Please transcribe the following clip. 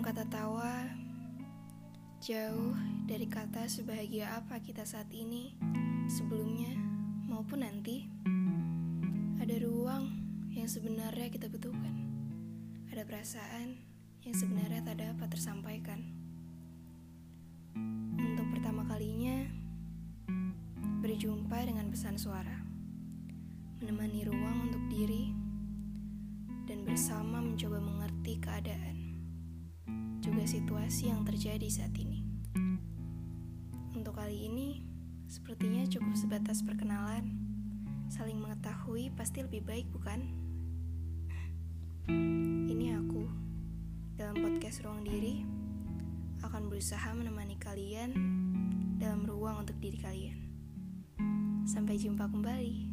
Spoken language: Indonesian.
Kata tawa jauh dari kata sebahagia apa kita saat ini, sebelumnya maupun nanti. Ada ruang yang sebenarnya kita butuhkan. Ada perasaan yang sebenarnya tak dapat tersampaikan. Untuk pertama kalinya berjumpa dengan pesan suara, menemani ruang untuk diri dan bersama mencoba mengerti keadaan, juga situasi yang terjadi saat ini. Untuk kali ini, sepertinya cukup sebatas perkenalan. Saling mengetahui pasti lebih baik, bukan? Ini aku, dalam podcast Ruang Diri, akan berusaha menemani kalian dalam ruang untuk diri kalian. Sampai jumpa kembali.